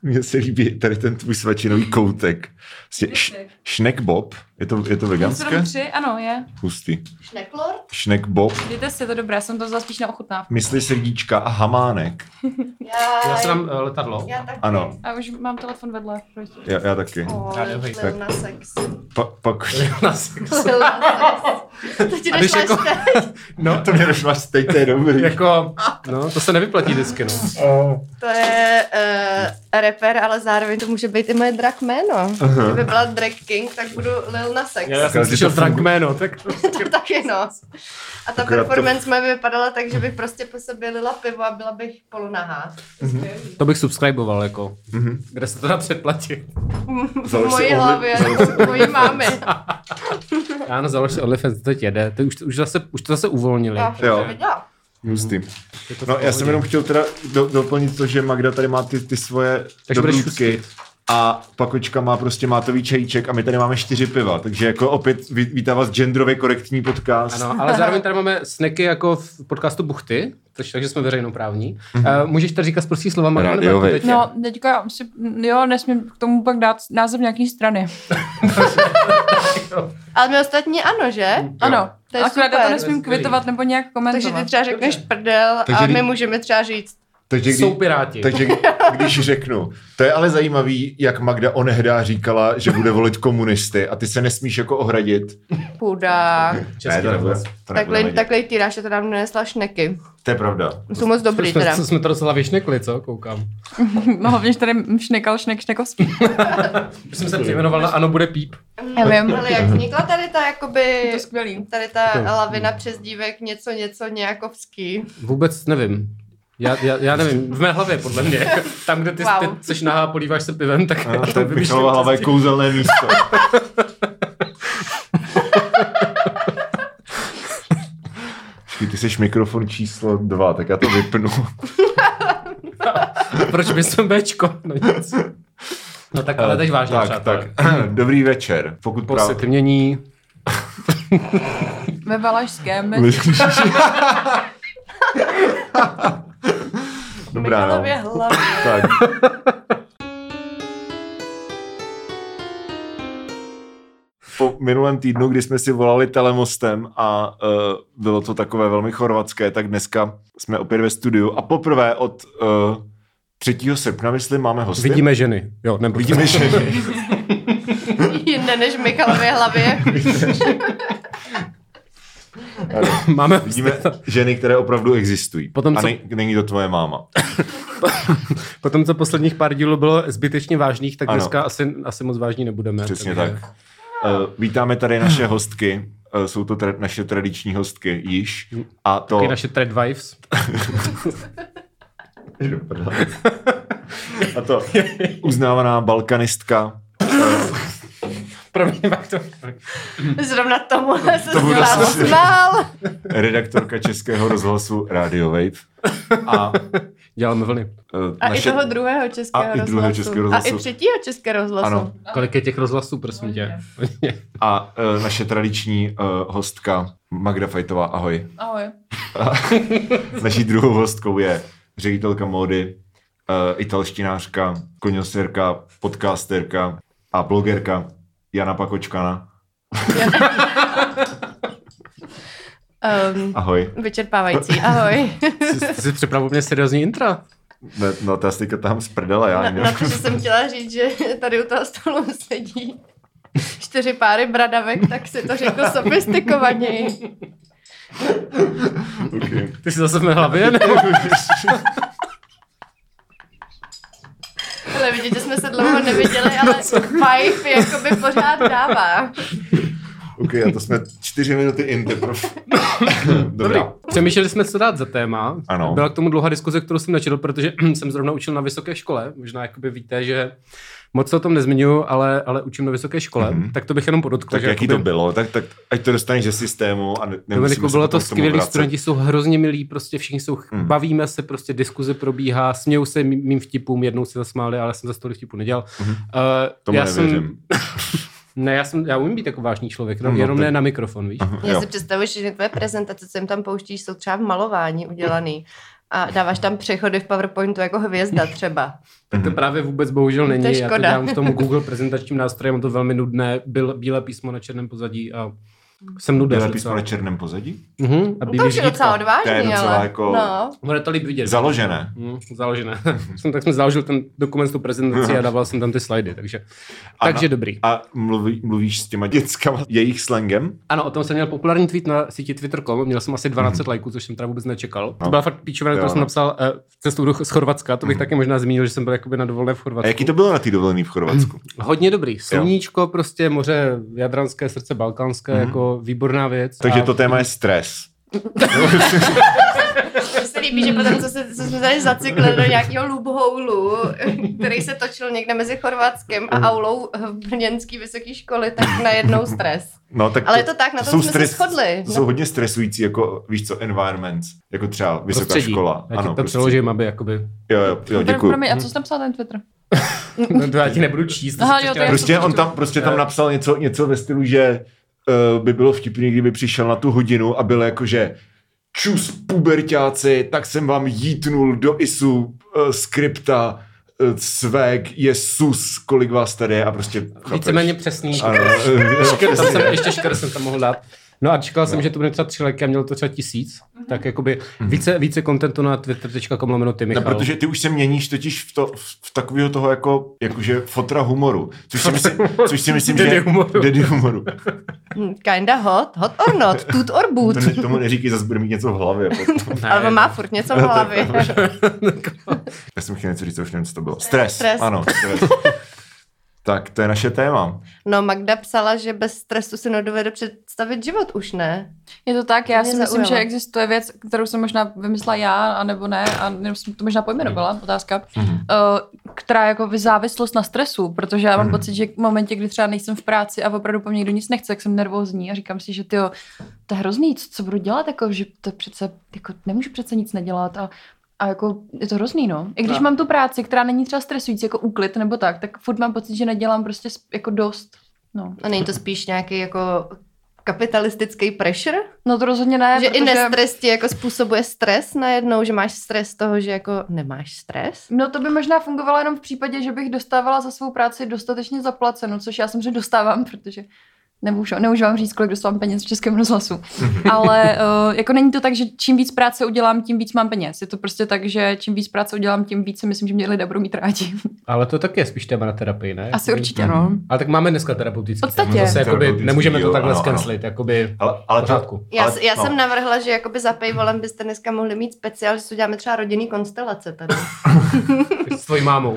Mně se líbí tady ten tvůj svačinový koutek. Schneck Bob, je to veganské? 3, ano, je. Hustý. Schnecklord? Schneck Bob. Dejte si, je to dobré, jsem to vzala spíš na ochutnávku. Mysli srdíčka a hamánek. Já jsem tam letadlo. Já taky. Ano. A už mám telefon vedle. Já taky. Lil na sex. Pak Na sex. Lil na sex. To ti došlo jako- teď. No, to mě došlo až teď, to je dobrý. jako, no, to se nevyplatí vždycky, no. To je rapper, ale zároveň to může být i moje drag jméno. Kdyby byla drag king, tak budu Lil na sex. Já jsem slyšel drag jméno, tak... Taky no. A ta Akorát performance moje by vypadala tak, že bych prostě po sobě lila pivo a byla bych polonahá. To bych subscriboval, jako. Kde se to dá předplatit? V mojí hlavě, u mojí mámy. Ano, založ si OnlyFans, to teď jede. To už to zase uvolnili. Já jsem Jo. to viděla. Hustý. Je to v No, já pohodě. jsem jenom chtěl teda doplnit to, že Magda tady má ty svoje Takže budeš dobrůdky a Pakočka má prostě mátový čajíček a my tady máme 4 piva, takže jako opět vítá vás genderově korektní podcast. Ano, ale zároveň tady máme snacky jako v podcastu Buchty, takže jsme veřejnoprávní. Můžeš tady říkat prostý slova, Magda? nebo Rádiovej. teď? No, teďka si, nesmím k tomu pak dát název nějaký strany. Ale my ostatní ano, že? Ano, To je akorát super. já to nesmím kvitovat nebo nějak komentovat. Takže ty třeba řekneš prdel Takže a my můžeme třeba říct Jsou piráti. Takže když řeknu, to je ale zajímavý, jak Magda onehdá říkala, že bude volit komunisty a ty se nesmíš jako ohradit. půda. Český rozhlas. Takhle týráš, to nám nenesla šneky. To je pravda. Jsou moc dobrý teda. Jsme to docela vyšnekli, co? Koukám. No, hlavně, že tady šnekal šnekovský. Už jsem se přejmenoval na Ano bude píp. Já vím. Ale jak vznikla tady ta jakoby, To je skvělý. tady ta lavina přezdívek něco nějakovský. Vůbec nevím. Já nevím, v mé hlavě podle mě. Tam, kde ty seš nahá, políváš se pivem, tak A to je Michalova hlava je kouzelné místo. Ty seš mikrofon číslo 2, tak já to vypnu. Proč bys jsem Bčko? No nic. No tak ale teď vážně, tak. Dobrý večer. Pokud Posvětmění. Ve Valašském. Dobrá, no. Michalově hlavě. Tak. Po minulém týdnu, kdy jsme si volali telemostem a bylo to takové velmi chorvatské, tak dneska jsme opět ve studiu a poprvé od 3. srpna, myslím, máme hosty. Vidíme ženy. Jo, nebo Vidíme ženy. Jinde než Michalově hlavě. Vidíme ženy, které opravdu existují. Potom, a není to tvoje máma. Potom, co posledních pár dílů bylo zbytečně vážných, tak ano. Dneska asi moc vážní nebudeme. Přesně takže... tak. Vítáme tady naše hostky. Jsou to naše tradiční hostky již. A to... Taky naše Thread Wives. A to uznávaná balkanistka. Promiň, pak to... Zrovna tomu se To bude smál. Redaktorka Českého rozhlasu Radio Wave. A děláme vlny. A i toho druhého českého rozhlasu. A i třetího českého rozhlasu. Ano. Kolik je těch rozhlasů, prosím tě? A naše tradiční hostka Magda Fajtová, ahoj. Ahoj. A naší druhou hostkou je ředitelka módy, italštinářka, koňosérka, podcasterka a blogerka Jana Pakočkana. Ahoj. Vyčerpávající, ahoj. Ty jsi připravil mě seriózní intro. No to já si tam z prdela, já Na to, že jsem chtěla říct, že tady u toho stolu sedí 4 páry bradavek, tak si to řekl sofistikovaněji. Okay. Ty jsi zase v mé hlavě, ne? Ale vidíte, jsme se dlouho neviděli, ale vibe jakoby pořád dává. OK, a to jsme 4 minuty in teprve. Dobrá. Přemýšleli jsme, co dát za téma. Ano. Byla k tomu dlouhá diskuze, kterou jsem načetl, protože jsem zrovna učil na vysoké škole. Možná jakoby víte, že moc se o tom nezmiňuji, ale učím na vysoké škole. Tak to bych jenom podotkl. Tak jaký to bylo? Tak ať to dostaneš ze systému. A Dominiku, bylo to skvělý, studenti jsou hrozně milí, prostě všichni jsou, bavíme se, prostě diskuze probíhá, smějou se mým vtipům, jednou se zasmáli, ale jsem za tolik vtipů nedělal. Tomu nevěřím. Ne, já umím být jako vážný člověk, jenom ne na mikrofon, víš? Já si představuji, že tvoje prezentace, co jim tam pouštíš, jsou třeba v malování udělaný. a dáváš tam přechody v PowerPointu jako hvězda třeba. Tak to právě vůbec bohužel není. To je Já to škoda. dělám v tom Google prezentačním nástrojem, mám to velmi nudné, bílé písmo na černém pozadí a jsem nudný. Bílé písmo na černém pozadí? A To už je docela odvážný, To je docela ale... jako- No. Bude to líp vidět. Založené. Založené. Tak jsem založil ten dokument s tou prezentací a dával jsem tam ty slajdy, takže dobrý. A mluvíš s těma dětskama jejich slangem? Ano, o tom jsem měl populární tweet na síti Twitter.com, měl jsem asi 12 lajků, což jsem teda vůbec nečekal. To byla fakt píčovina, kterou jsem napsal cestu z Chorvatska, to bych taky možná zmínil, že jsem byl jakoby na dovolené v Chorvatsku. A jaký to bylo na té dovolené v Chorvatsku? Hodně dobrý. Sluníčko, prostě moře Jadranské, srdce balkánské, jako výborná věc. Takže to téma je stres. Mně se líbí, že potom, co jsme tady zacyklili do nějakého loopholeu, který se točil někde mezi Chorvatskem a aulou brněnské vysoké školy, tak najednou stres. No, tak Ale je to tak, na tom jsme se shodli. To jsou hodně stresující, jako víš co, environment, jako třeba vysoká Prostředí. škola. Já ti Ano, to přeložím, aby jakoby... Jo, děkuju. Promiň, a co jsi tam psal ten Twitter? No to já ti nebudu číst. Aha, jo, to Prostě on tam napsal něco ve stylu, že by bylo vtipný, kdyby přišel na tu hodinu a byl jako, že čus puberťáci, tak jsem vám jítnul do ISu skripta svek je sus, kolik vás tady je a prostě Víceméně přesný. Ano, Tam jsem ještě škr jsem tam mohl dát. No a čekal jsem, že to bude třeba 3 lajky a mělo to třeba 1000. Tak jakoby více kontentu na twitter.com/Ty Michal. No, protože ty už se měníš totiž v takového toho jakože fotra humoru. Což si myslím, že Daddy humoru. Kinda hot or not, tut or boot. Tomu neříkej, zase bude mít něco v hlavě. Ale on má furt něco v hlavě. Já jsem chtěl něco říct, už nevím, co to bylo. Stres. Stres. Ano, stres. Tak to je naše téma. No, Magda psala, že bez stresu si nedovede představit život, už ne. Je to tak, já Mě si myslím, zaujalo. že existuje věc, kterou jsem možná vymyslela já, anebo ne, a jenom jsem to možná pojmenovala, otázka, která jako závislost na stresu, protože já mám pocit, že v momentě, kdy třeba nejsem v práci a opravdu po mně nikdo nic nechce, tak jsem nervózní a říkám si, že tyjo, to je hrozný, co budu dělat, jako, že to přece, jako, nemůžu přece nic nedělat a jako je to hrozný, no. I když mám tu práci, která není třeba stresující, jako úklid nebo tak furt mám pocit, že nedělám prostě jako dost, no. A není to spíš nějaký jako kapitalistický pressure? No to rozhodně ne, Že protože... i nestres ti jako způsobuje stres najednou, že máš stres toho, že jako nemáš stres? No to by možná fungovalo jenom v případě, že bych dostávala za svou práci dostatečně zaplaceno, což já samozřejmě dostávám, protože nemůžu vám říct, kolik dostávám peněz v Českém rozhlasu. Ale jako není to tak, že čím víc práce udělám, tím víc mám peněz. Je to prostě tak, že čím víc práce udělám, tím víc si myslím, že mě lidé budou mít rádi. Ale to taky je spíš téma na terapii, ne? Asi určitě, no. Ale tak máme dneska terapeutický Podstatě. téma. Zase jakoby, nemůžeme to takhle ano. scancelit, jakoby Ale pořádku. Já jsem navrhla, že jakoby za paywallem byste dneska mohli mít speciál, že si uděláme třeba rodinný konstelace tady. S tvojí mámou.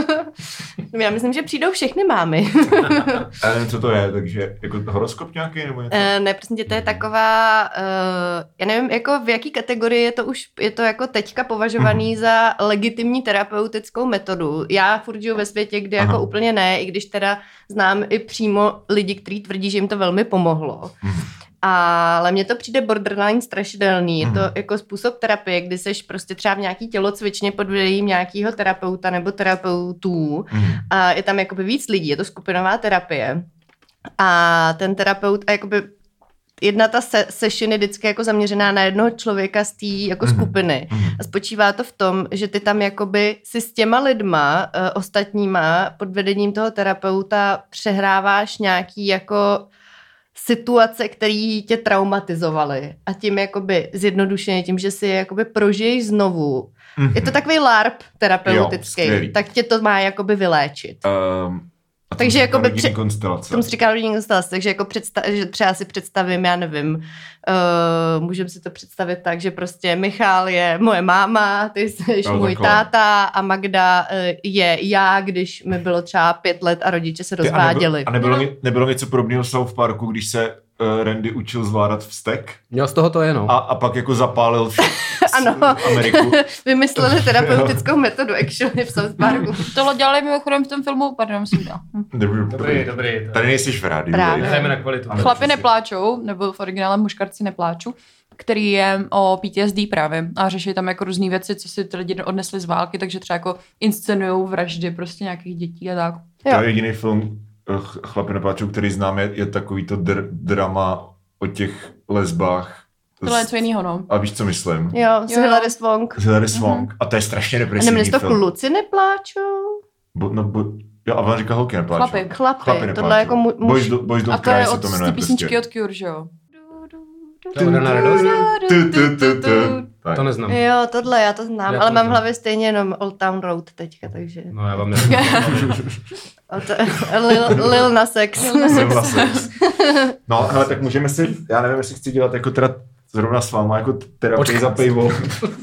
Já myslím, že přijdou všechny mámy. Já nevím, co to je, takže jako horoskop nějaký nebo něco? Ne, prostě to je taková, já nevím, jako v jaký kategorii je to jako teďka považovaný za legitimní terapeutickou metodu. Já furt žiju ve světě, kde jako úplně ne, i když teda znám i přímo lidi, kteří tvrdí, že jim to velmi pomohlo. Ale mně to přijde borderline strašidelný. Je to jako způsob terapie, kdy seš prostě třeba v nějaký tělocvičně pod vedením nějakého terapeuta nebo terapeutů a je tam jakoby víc lidí, je to skupinová terapie. A ten terapeut, a jakoby jedna ta session je vždycky jako zaměřená na jednoho člověka z té jako skupiny. A spočívá to v tom, že ty tam jakoby si s těma lidma ostatníma pod vedením toho terapeuta přehráváš nějaký jako situace, které tě traumatizovaly. A tím jakoby zjednodušeně, tím, že si je jakoby prožiješ znovu. Je to takový LARP terapeutický, tak tě to má jakoby vyléčit. A takže jakoby konstelace. Tomu si říká rodinný konstelace, takže jako že třeba si představím, já nevím, můžeme si to představit tak, že prostě Michal je moje máma, ty jsi můj táta a Magda je já, když mi bylo třeba 5 let a rodiče se rozváděli. A nebylo něco podobného v South Parku, když se Randy učil zvládat vztek? Jo, z toho to je, no. A pak jako zapálil ano, Ameriku. Vymysleli terapeutickou metodu actually v South Parku. Tohle dělali mimochodem v tom filmu, pardon, musím dát. Dobrý. Tady nejsi v rádiu. Právě. Na kvalitu. Chlapi nepláčou, nebo v originále Muškarci nepláčou, který je o PTSD právě a řeší tam jako různý věci, co si ty lidi odnesli z války, takže třeba jako inscenujou vraždy prostě nějakých dětí a tak. To je jediný film Chlapi nepláčou, který znám, je takový to drama o těch lesbách Tohle je něco jiného, no. A víš, co myslím? Jo, z Hilary Swank. Z Hilary Swank. A to je strašně A depresivní neměli to film. kluci nepláčou? Jo, a on říká holky nepláčou. Chlapy. nepláčou. Tohle jako Boys don't A to cry je se od to té jmenuje písničky prostě. od Cure, že jo? To je na radost? Tak. To neznám. Jo, tohle já to znám, Já ale to mám v znám. hlavě stejně jenom Old Town Road teďka, takže... No já vám neznám. Lil Nas X. No, ale tak můžeme si, já nevím, jestli chci dělat jako teda zrovna s váma jako terapii za pivo.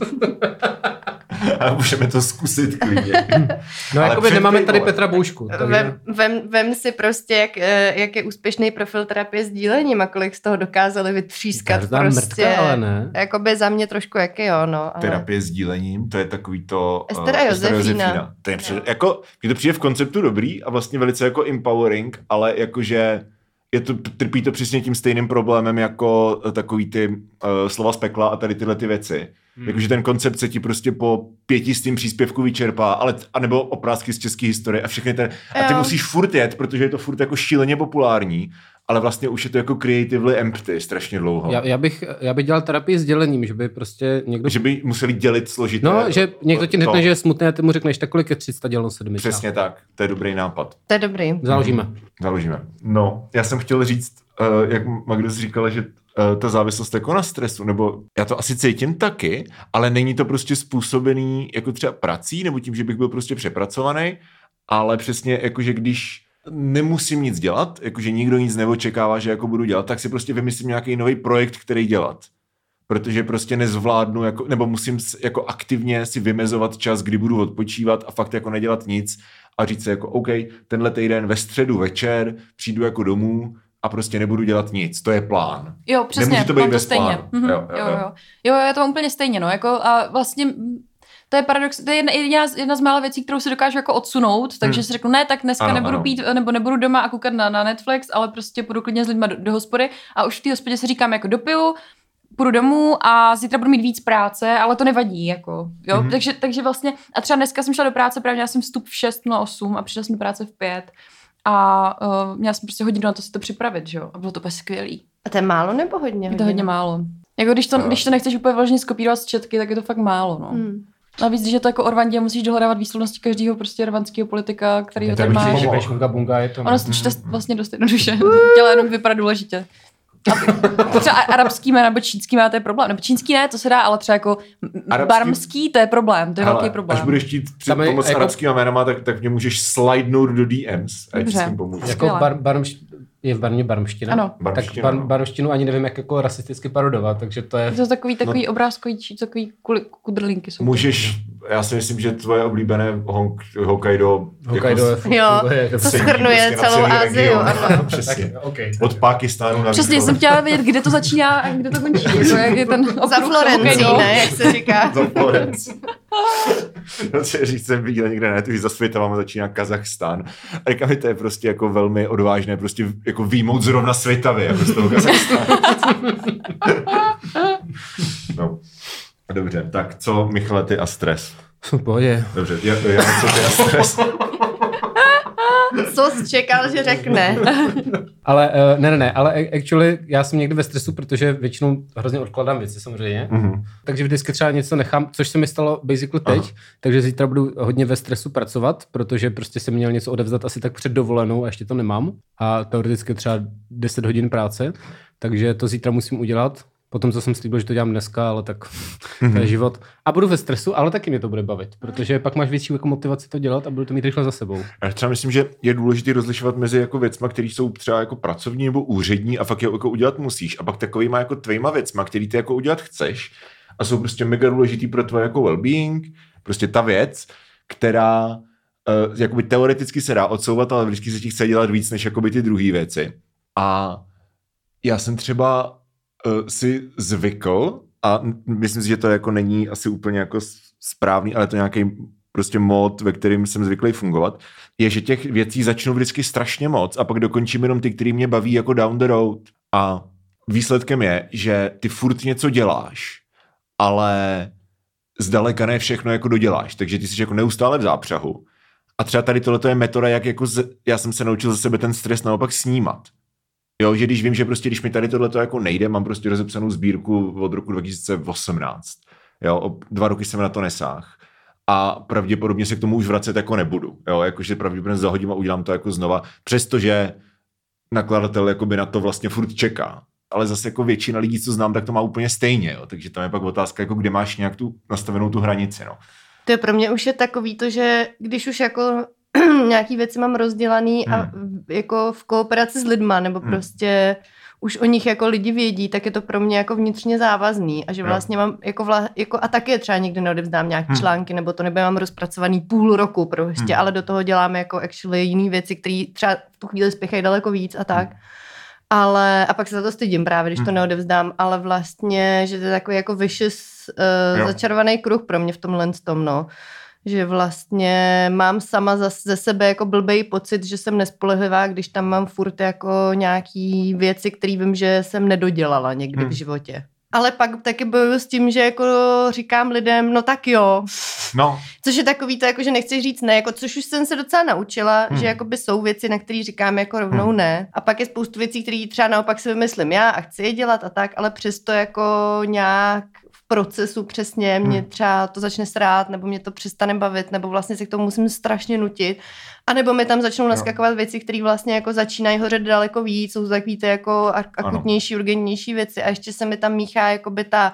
Ale můžeme to zkusit klidně. No Ale jakoby před nemáme tady pivo. Petra Boušku. Takže... Vem si prostě, jak je úspěšný profil terapie sdílením a kolik z toho dokázali vytřískat Každá prostě. mrtka, ale ne. Jakoby za mě trošku jak jo, no. Ale... Terapie sdílením, to je takový to... Ester a Josefína. To je jako, mně to přijde v konceptu dobrý a vlastně velice jako empowering, ale jakože trpí to přesně tím stejným problémem jako takový ty slova z pekla a tady tyhle ty věci. Jakože ten koncept se ti prostě po 500. příspěvku vyčerpá, ale anebo oprázky z české historie a všechny ten. A ty musíš furt jet, protože je to furt jako šíleně populární, ale vlastně už je to jako creatively empty strašně dlouho. Já bych dělal terapii s dělením, že by prostě někdo... Že by museli dělit složité. No, že někdo ti řekne, že je smutný a ty mu řekneš, tak kolik je 300 děleno 70. Přesně tak, to je dobrý nápad. To je dobrý. Založíme. No, já jsem chtěl říct, jak Magnus říkala, že ta závislost jako na stresu, nebo já to asi cítím taky, ale není to prostě způsobený jako třeba prací, nebo tím, že bych byl prostě přepracovaný, ale přesně jakože když nemusím nic dělat, jakože nikdo nic neočekává, že jako budu dělat, tak si prostě vymyslím nějaký nový projekt, který dělat. Protože prostě nezvládnu, jako, nebo musím jako aktivně si vymezovat čas, kdy budu odpočívat a fakt jako nedělat nic a říct si jako OK, tenhle týden ve středu večer přijdu jako domů a prostě nebudu dělat nic. To je plán. Jo, přesně. Nemůže to být mám bez stejně. plánu. Jo, já to mám úplně stejně, no. Jako, a vlastně to je paradox, to je jedna z mála věcí, kterou si dokážu jako odsunout, takže si řeknu, ne, tak dneska nebudu pít, nebo nebudu doma a koukat na Netflix, ale prostě půjdu klidně s lidma do hospody a už v té hospodě si říkám jako dopiju, půjdu domů a zítra budu mít víc práce, ale to nevadí, jako, jo, takže vlastně, a třeba dneska jsem šla do práce, právě měla jsem vstup v 6:08 a přišla jsem do práce v 5 a měla jsem prostě hodinu na to si to připravit, že jo, a bylo to úplně skvělý. A to je málo nebo hodně? Je to hodně málo. Jako když to nechceš úplně vyloženě skopírovat z četky, tak je to fakt málo, no. Navíc, když je to jako Orvandě, musíš dohledávat výslovnosti každého prostě rwandského politika, který ho tam máš. Ono se čte vlastně dost jednoduše. Chtěla jenom vypadat důležitě. A třeba arabský jména nebo čínský jména, to je problém. Nebo čínský ne, to se dá, ale třeba jako barmský, to je problém, to je velký problém. Až budeš chtít pomoct jako arabskýma jménama, tak mě můžeš slidenout do DMs a ti s tím pomůžu. Jako je v Barmě barmština? Ano. Tak barmštinu ani nevím, jak jako rasisticky parodovat, takže to je... To jsou takový obrázkový, takový kudrlinky jsou. Můžeš, já si myslím, že tvoje oblíbené Hokkaido to shrnuje celou Asii. Přesně. Od Pákistánu na přesně, jsem chtěla vědět, kde to začíná a kde to končí. Jak je ten za Florencí, ne, jak se říká. Za Florencí. Říct jsem viděl někde na že za světovama začíná Kazachstán. A říkám, to je prostě jako velmi odvážné, prostě jako výjmout zrovna Svitavy, jako z toho Kazachstánu. No. Dobře, tak co Michale, ty a stres? Pohodě. Dobře, já co ty a stres? Co jsi čekal, že řekne? Ale ne, ale actually já jsem někdy ve stresu, protože většinou hrozně odkládám věci samozřejmě, takže vždycky třeba něco nechám, což se mi stalo basically teď, takže zítra budu hodně ve stresu pracovat, protože prostě jsem měl něco odevzdat asi tak před dovolenou a ještě to nemám a teoreticky třeba 10 hodin práce, takže to zítra musím udělat. Potom, co jsem slíbil, že to dělám dneska, ale tak to je život. A budu ve stresu, ale taky mě to bude bavit, protože pak máš větší jako motivaci to dělat a budu to mít rychle za sebou. Já třeba myslím, že je důležité rozlišovat mezi jako věcma, které jsou třeba jako pracovní nebo úřední a fakt je jako udělat musíš. A pak takovýma jako tvýma věcma, který ty jako udělat chceš a jsou prostě mega důležitý pro tvoje jako well-being, prostě ta věc, která jakoby teoreticky se dá odsouvat, ale vždycky se ti chce dělat víc než jakoby ty druhé věci. A já jsem třeba si zvykl, a myslím si, že to jako není asi úplně jako správný, ale to nějaký prostě mod, ve kterým jsem zvyklý fungovat, je, že těch věcí začnu vždycky strašně moc a pak dokončím jenom ty, které mě baví jako down the road. A výsledkem je, že ty furt něco děláš, ale zdaleka ne všechno jako doděláš, takže ty jsi jako neustále v zápřahu. A třeba tady tohleto je metoda, jak jako já jsem se naučil ze sebe ten stres naopak snímat. Jo, že když vím, že prostě, když mi tady tohleto jako nejde, mám prostě rozepsanou sbírku od roku 2018. Jo, o 2 roky jsem na to nesáhl. A pravděpodobně se k tomu už vracet jako nebudu. Jo, jakože pravděpodobně zahodím a udělám to jako znova. Přestože nakladatel jakoby na to vlastně furt čeká. Ale zase jako většina lidí, co znám, tak to má úplně stejně. Jo. Takže tam je pak otázka, jako kde máš nějak tu nastavenou tu hranici. No. To je pro mě už je takový to, že když už jako nějaký věci mám rozdělaný a jako v kooperaci s lidma, nebo prostě už o nich jako lidi vědí, tak je to pro mě jako vnitřně závazný a že vlastně mám jako a taky třeba nikdy neodevzdám nějaký články, nebo to mám rozpracovaný půl roku prostě, ale do toho děláme jako actually jiný věci, které třeba v tu chvíli spěchají daleko víc a tak. Ale, a pak se za to stydím právě, když to neodevzdám, ale vlastně, že to je takový jako vicious začarovaný kruh pro mě v tomhle tom, no. Že vlastně mám sama ze sebe jako blbej pocit, že jsem nespolehlivá, když tam mám furt jako nějaký věci, které vím, že jsem nedodělala někdy v životě. Ale pak taky bojuju s tím, že jako říkám lidem, no tak jo. No. Což je takový to, jako, že nechci říct ne, jako, což už jsem se docela naučila, že jakoby jsou věci, na které říkám jako rovnou ne. A pak je spoustu věcí, které třeba naopak si vymyslím já a chci je dělat a tak, ale přesto jako nějak v procesu přesně mě třeba to začne srát, nebo mě to přestane bavit, nebo vlastně se k tomu musím strašně nutit. A nebo mi tam začnou naskakovat věci, které vlastně jako začínají hořet daleko víc, jsou takový ty jako akutnější, urgentnější věci a ještě se mi tam míchá jakoby ta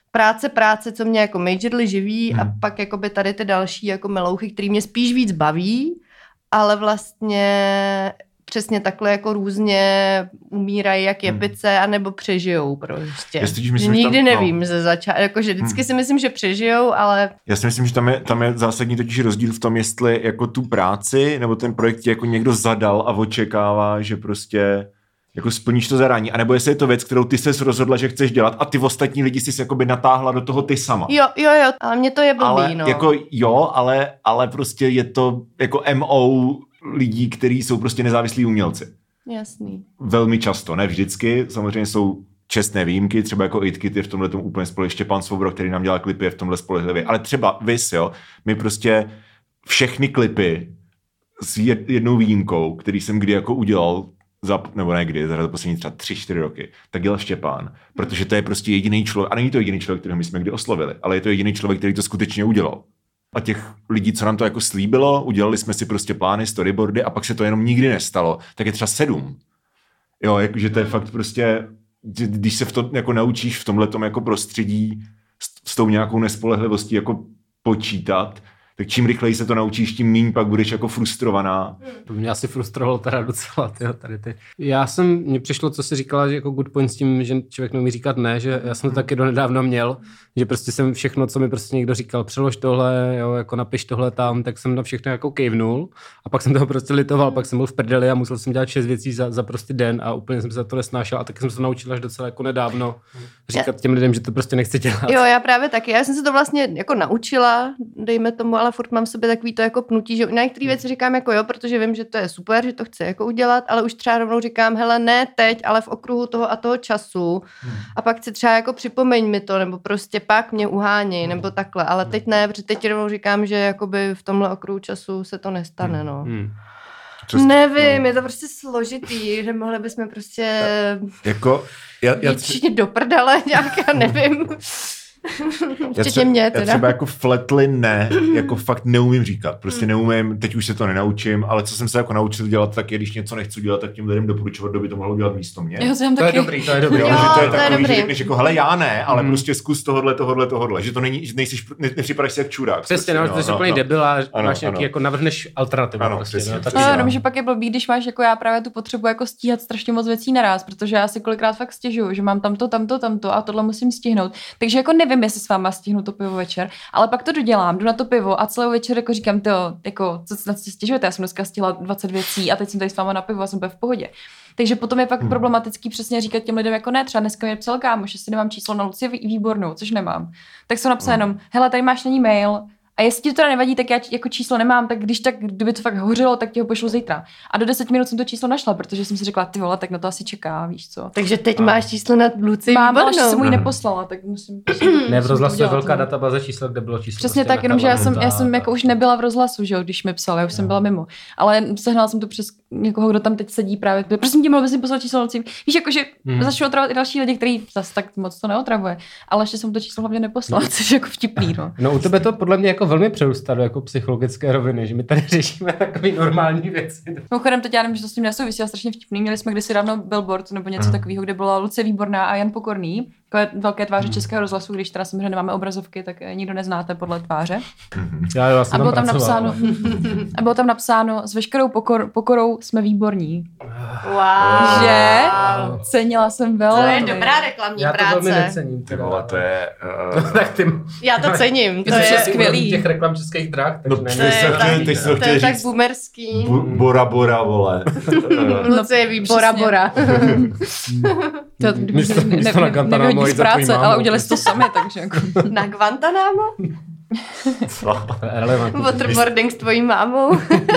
práce, co mě jako majorly živí a pak jakoby tady ty další jako melouchy, které mě spíš víc baví, ale vlastně přesně takhle jako různě umírají jak jepice, anebo přežijou prostě. Nikdy nevím ze začátku, jakože vždycky si myslím, že přežijou, ale... Já si myslím, že tam je zásadní totiž rozdíl v tom, jestli jako tu práci nebo ten projekt jako někdo zadal a očekává, že prostě jako splníš to zadání, anebo jestli je to věc, kterou ty ses rozhodla, že chceš dělat a ty ostatní lidi jsi jakoby natáhla do toho ty sama. Jo, ale mě to je blbý, ale, no. Jako jo, ale prostě je to jako MO lidí, kteří jsou prostě nezávislí umělci. Jasný. Velmi často, ne vždycky, samozřejmě jsou čestné výjimky, třeba jako Itkit je v tomhle tomu úplně spolehlivý, Štěpán Svobro, který nám dělá klipy, je v tomhle spolehlivý, ale třeba Vys, jo, my prostě všechny klipy s jednou výjimkou, který jsem kdy jako udělal, nebo ne kdy, za poslední třeba 3-4 roky, tak dělal Štěpán, protože to je prostě jediný člověk, a není to jediný člověk, kterého my jsme kdy oslovili, ale je to jediný člověk, který to skutečně udělal. A těch lidí, co nám to jako slíbilo, udělali jsme si prostě plány, storyboardy a pak se to jenom nikdy nestalo, tak je třeba 7. Jo, jakože to je fakt prostě, když se v tom jako naučíš v tomhletom jako prostředí s tou nějakou nespolehlivostí jako počítat, tak čím rychleji se to naučíš, tím méně pak budeš jako frustrovaná. To mě asi frustrovalo teda docela, tady ty. Mně přišlo, co jsi říkala, že jako good point s tím, že člověk neumí říkat ne, že já jsem to taky donedávno měl, že prostě jsem všechno, co mi prostě někdo říkal, přelož tohle, jo, jako napiš tohle tam, tak jsem na všechno jako kejvnul a pak jsem toho prostě litoval, pak jsem byl v prdeli a musel jsem dělat 6 věcí za prostě den a úplně jsem se za to nesnášel a taky jsem se to naučil až docela jako nedávno říkat těm lidem, že to prostě nechci dělat. Jo, já právě taky. Já jsem se to vlastně jako naučila, dejme tomu, ale furt mám v sobě takový to jako pnutí, že na některé věci říkám jako jo, protože vím, že to je super, že to chci jako udělat, ale už třeba rovnou říkám, hele, ne teď, ale v okruhu toho a toho času. A pak si třeba jako připomeň mi to, nebo prostě pak mě uháněj, nebo takhle, ale teď ne, protože teď rovnou říkám, že jakoby v tomhle okruhu času se to nestane, no. Nevím, je to prostě složitý, že mohli bychom prostě jako, jít všichni do prdele nějak, já nevím. Včetně mě teda. Já třeba jako fletly ne, jako fakt neumím říkat, prostě neumím, teď už se to nenaučím, ale co jsem se jako naučil dělat, tak je, když něco nechci dělat, tak těm lidem doporučovat, kdo by to mohlo dělat místo mě. To je dobrý. Jo, že to je takový, že řekneš jako, hele, já ne, ale prostě zkus tohodle, že to není, že nepřipadáš si jak čurák. Přesně, prostě, že jsi úplný debil a máš nějaký, jako navrhneš alternativu. Ano, prostě, no, že pak je blbý, když máš jako já právě tu potřebu jako stíhat strašně moc věcí naraz, protože já si kolikrát fakt stěžuju, že mám tamto a tohle musím stihnout. Takže jako nevím, jestli s váma stihnu to pivo večer, ale pak to dodělám, jdu na to pivo a celou večer jako říkám, jako, co na si stěžujete, já jsem dneska stihla 20 věcí a teď jsem tady s váma na pivo a jsem v pohodě. Takže potom je pak problematický přesně říkat těm lidem jako ne, třeba dneska mě psal kámoš, jestli nemám číslo na Lucie Výbornou, což nemám. Tak jsem napsal jenom, hele, tady máš na ní mail, a jestli ti to teda nevadí, tak já jako číslo nemám, tak kdyby to fakt hořelo, tak ti ho pošlu zítra. A do 10 minut jsem to číslo našla, protože jsem si řekla, ty vole, tak na to asi čeká, víš co. Takže teď máš číslo na Lucii Výbornou. Mám, ale ještě jsem mu ji neposlala, tak musím ne, v rozhlasu je velká databáze čísel, kde bylo číslo. Přesně tak, jenomže já jsem jako už nebyla v rozhlasu, že jo, když mi psal, já už jsem byla mimo. Ale sehnala jsem to přes někoho, kdo tam teď sedí právě. Prosím tě, mohl bys mi poslat číslo nocí. Víš, jakože začnou otravovat i další lidi, který zase tak moc to neotravuje. Ale ještě jsem to číslo hlavně neposlal, což je jako vtipný, no. No u tebe to podle mě jako velmi přerůstá do jako psychologické roviny, že my tady řešíme takové normální věci. Mimochodem, teď já nevím, že to s tím nesouvisí, ale strašně vtipný. Měli jsme kdysi dávno billboard nebo něco takového, kde byla Lucie Výborná a Jan Pokorný. Velké tváře Českého rozhlasu, když teda samozřejmě nemáme obrazovky, tak nikdo neznáte podle tváře. Já jsem a bylo tam napsáno s veškerou pokorou jsme výborní. Wow. Že? Cenila jsem velmi. To je dobrá reklamní práce. Já to velmi necením. Tyhle, to je... Tak ty... Já to cením. To je skvělý. Těch reklam Českých drah. No, to je tak boomerský. Bora, vole. Lucie Výborná. Bora. Místo na Guantanamo z práce, ale udělali to sami, takže jako... Na Guantanamo? Co? Waterboarding s tvojí mámou.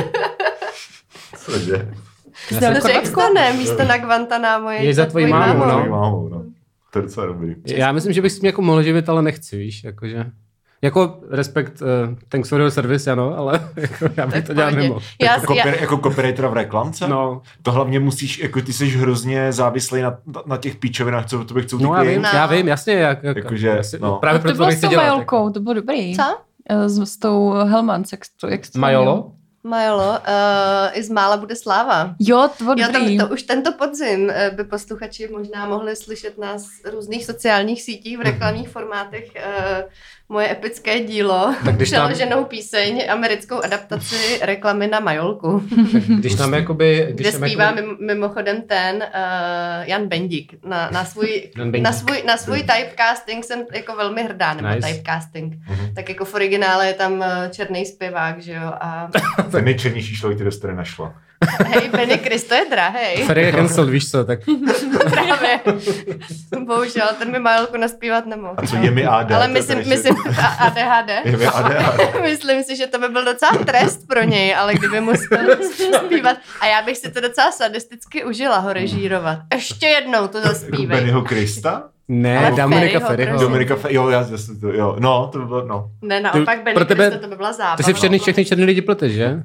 Cože? Řekl to ne, místo na Guantanamo je za tvojí mámou, no. To je docela dobrý. Já myslím, že bych si mě jako mohl živit, ale nechci, víš, jakože... Jako respekt, thanks for your service, ano, ale jako já bych to dělal mimo. Jako copywritera v reklamce? No. To hlavně musíš, jako ty jsi hrozně závislý na těch píčovinách, co to bych chcou ty klienti. Já vím, jasně. Jakože, no. Právě proto to nechci dělat. Majolkou, to bylo dobrý. Co? S tou Hellmans, jak Majolo? Majolo, i z mála bude sláva. Jo, to bylo dobrý. To už tento podzim by posluchači možná mohli slyšet nás v různých sociálních sítích, v reklamních formátech. Moje epické dílo, přeloženou píseň, americkou adaptaci reklamy na Majolku. Když tam jakoby... Kde zpívá mimochodem ten Jan Bendík. Na svůj typecasting jsem jako velmi hrdá, nebo typecasting. Tak jako v originále je tam černý zpěvák, že jo? A... Ten nejčernější člověk, který dostane našla. Hej, Benny Chris, to je drahej. Ferry je cancel, víš co, tak... Právě. Bohužel, ten mi Majolku naspívat nemohl. A co je mi AD? Ale myslím ADHD. Je mi ADHD. Myslím si, že to by byl docela trest pro něj, ale kdyby musel zpívat. A já bych si to docela sadisticky užila ho režírovat. Ještě jednou to zaspívej. Bennyho Krista? Ne, Dominika Ferryho. Jo, no, to by bylo, no. Ne, naopak Benny Krista, to by byla zábava. Ty si všechny černý lidi pleteš, že?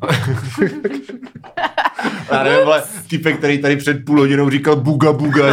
Já nevím, ale týpek, který tady před půl hodinou říkal buga.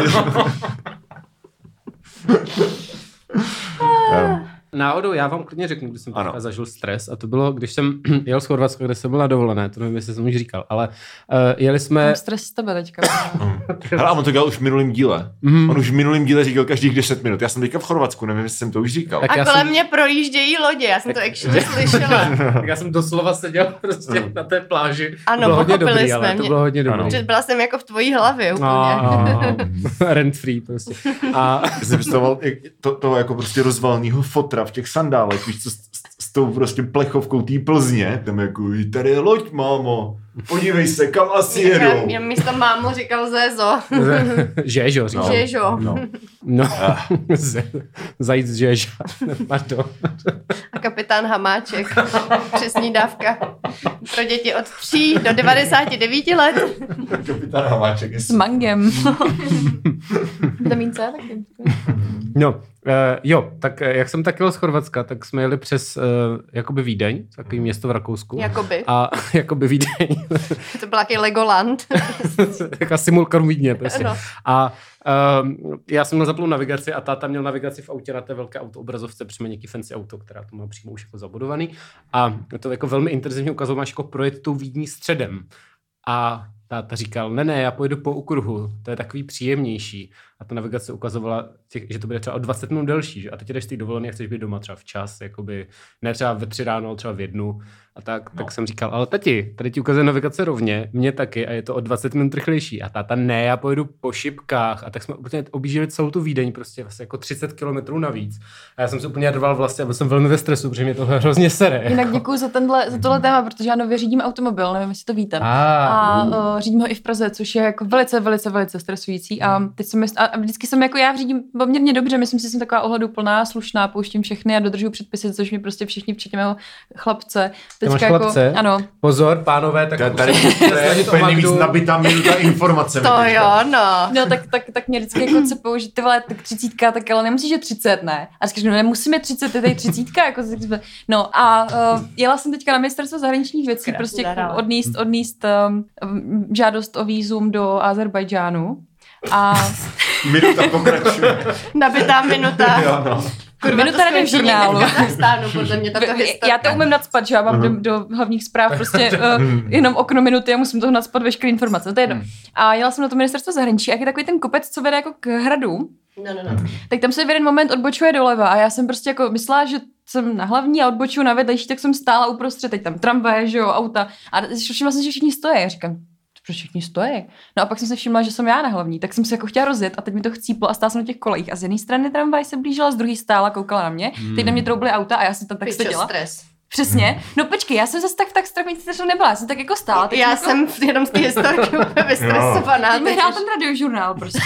Náhodou já vám klidně řeknu, když jsem zažil stres a to bylo, když jsem jel z Chorvatska, kde jsem byl na dovolené, to nevím, jestli jsem už říkal, ale jeli jsme... Mám stres z tebe teďka. Hele, a on to dělal už v minulém díle. On už v minulém díle říkal každých 10 minut. Já jsem teďka v Chorvatsku, nevím, jestli jsem to už říkal. Tak a kolem mě projíždějí lodě, já jsem to actually slyšela. Tak já jsem doslova seděl prostě na té pláži. Ano, pochopili jsme. To bylo hodně dobrý. Byla jsem jako v tvojí hlavě úplně. Rent free prostě. A jsem představoval to jako prostě rozvalnýho fotra v těch sandálech, víš co, s tou prostě plechovkou té Plzně, tam jako, tady je loď, mámo, podívej se, kam asi jedou. Já místo mámo říkal Zézo. Žéžo říkal. Žéžo. No. Zajíc Žéža. A kapitán Hamáček. Přesní dávka. Pro děti od 3 do 99 let. Kapitán Hamáček je s mangem. Vitamín C taky. No, jo, tak jak jsem tak jel z Chorvatska, tak jsme jeli přes jakoby Vídeň, takový město v Rakousku. Jakoby. A jakoby Vídeň. To byl jaký Legoland. Taká simulka Vídně. Prostě. No. A já jsem měl zaplou navigaci a táta měl navigaci v autě na té velké autoobrazovce, protože má nějaký fancy auto, která to má přímo už jako zabudovaný. A to jako velmi intenzivně ukazoval, máš jako projet tou Vídní středem. A táta říkal, ne, já pojedu po okruhu, to je takový příjemnější. A ta navigace ukazovala, že to bude třeba o 20 minut delší, že? A teď jdeš z té dovolené a chceš být doma třeba včas, jakoby, ne třeba ve 3 ráno, ale třeba v 1. A tak jsem říkal, ale tati, tady ti ukazuje navigace rovně, mě taky a je to o 20 minut rychlejší. A táta, ne, já pojedu po šipkách. A tak jsme úplně objížděli celou tu Vídeň, prostě vlastně jako 30 kilometrů navíc. A já jsem se úplně rval vlastně a byl jsem velmi ve stresu, protože mě to hrozně sere. Jinak děkuju za tohle téma, protože já nově řídím automobil, nevím, jestli to víte. A řídím ho i v Praze, což je jako velice stresující. A teď jsem a vždycky jsem jako já řídím poměrně dobře, myslím si, že jsem taková ohleduplná, slušná, pouštím všechny a dodržuji předpisy, což mi prostě všichni včetně mého chlapce. Teďka jako, ano. Pozor, pánové, tak tady je víc nabitá minuta informace. To jo, no. No, tak mě vždycky jako cepou, že ty vole, tak 30, tak ale nemusíš, že 30, ne? A říkáš, no nemusíme 30, to je tady 30, jako no a jela jsem teďka na ministerstvo zahraničních věcí, prostě odníst žádost o vízum do Azerbajdžánu. A Minuta pokračuje. Nabitá minuta. Jo, no. Minuta radiožurnálu. Podle mě tato historka. Já to umím nacpat, že já mám do hlavních zpráv prostě jenom okno minuty a musím toho nacpat veškeré informace. To je jedno. A jela jsem na to ministerstvo zahraničí a jak je takový ten kopec, co vede jako k hradu, tak tam se v jeden moment odbočuje doleva a já jsem prostě jako myslela, že jsem na hlavní a odbočuju na vedlejší, tak jsem stála uprostřed, teď tam tramvaje, že jo, auta a všimla jsem, že všichni stojí. Já říkám, proč všichni stojí? No a pak jsem se všimla, že jsem já na hlavní, tak jsem se jako chtěla rozjet a teď mi to chcíplo a stála jsem na těch kolejích a z jedné strany tramvaj se blížila, z druhé stála, koukala na mě, teď na mě troubily auta a já jsem tam tak seděla. Přesně. No počkej, já jsem zase tak strachnicí nebyla, já jsem tak jako stála. Já jako... jsem jenom z té historky úplně vystresovaná. Ty mi hrál ten radiožurnál prostě.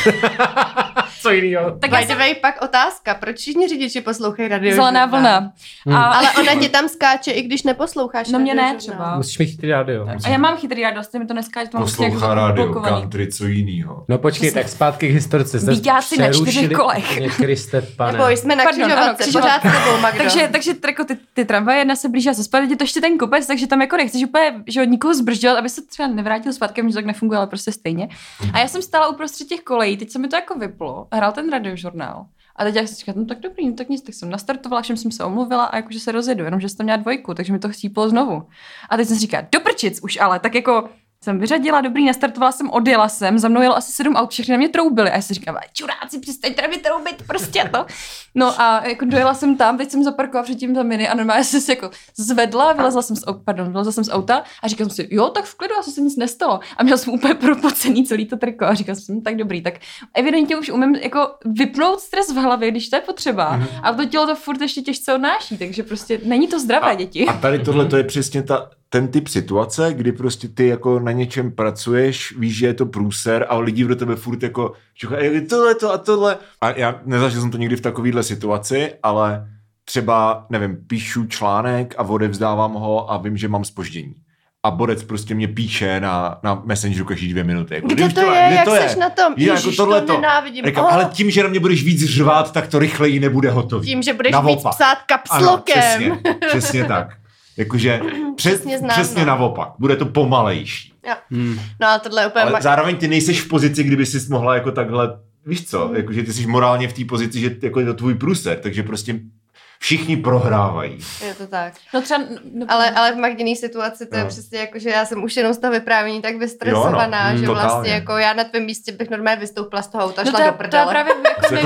Co jinýho? Tak by the way, pak otázka, proč všichni řidiči poslouchají radiožurnál? Zelená vlna. Ale ona ti tam skáče, i když neposloucháš. No mě ne třeba. Musíš mít chytrý rádio. A já mám chytrý rádio, mi to neskáče. Poslouchá rádio, country, co jinýho. No počkej, tak zpátky k historice. Víťáci na 4 kolech. Kriste, pane. Nebo jsme na křižovatce, pořád s tebou, Magdo. Takže jako ty tramvaje, jedna se blížila se zpátky, je to ještě ten kopec, takže tam jako nechceš úplně, že od nikoho zbrždělat, aby se třeba nevrátil zpátky, že to tak nefunguje, ale prostě stejně. A já jsem stála uprostřed těch kolejí, teď se mi to jako vyplo, hrál ten radiožurnál. A teď já jsem říkala, no tak dobrý, no tak nic, tak jsem nastartovala, všem jsem se omluvila a jakože se rozjedu, jenomže jsem tam měla 2, takže mi to chcíplo znovu. A teď jsem si říkala, do prčic už ale, tak jako jsem vyřadila, dobrý, nastartovala jsem, odjela jsem, za mnou jelo asi 7 aut, všechny na mě troubily. A já jsem říkala, čuráci, přestaňte mi troubit, prostě to. No a jako dojela jsem tam, teď jsem zaparkovala předtím za mini a normálně jsem se jako zvedla, vylezla jsem z auta a říkala jsem si, jo, tak v klidu, asi se nic nestalo. A měla jsem úplně propocený celý to triko a říkala jsem, tak dobrý, tak evidentně už umím jako vypnout stres v hlavě, když to je potřeba. A to tělo to furt ještě těžce odnáší, takže prostě není to zdravé, děti. A tady tohle to je přesně ten typ situace, kdy prostě ty jako na něčem pracuješ, víš, že je to průser a lidi do tebe furt jako čuchají tohleto a tohle. A já nezažil jsem to nikdy v takovýhle situaci, ale třeba, nevím, píšu článek a odevzdávám ho a vím, že mám zpoždění. A borec prostě mě píše na Messengeru každý 2 minuty. Jako, kde to je? Jak seš na tom? Ježiš, to nenávidím. Říkám, ale tím, že na mě budeš víc řvát, tak to rychleji nebude hotový. Tím, že budeš víc psát kapslokem. Ano, přesně tak. Jakože přesně naopak. Bude to pomalejší. No a tohle je úplně... Ale zároveň ty nejseš v pozici, kdyby jsi mohla jako takhle, víš co, jakože ty jsi morálně v té pozici, že jako je to tvůj průser, takže prostě všichni prohrávají. Je to tak. No třeba, ale v Magdiný situaci to je přesně jako, že já jsem už jenom z toho vyprávění tak vystresovaná, že totálně. vlastně jako já na tvém místě bych normálně vystoupila z toho auta a šla do prdele. To je právě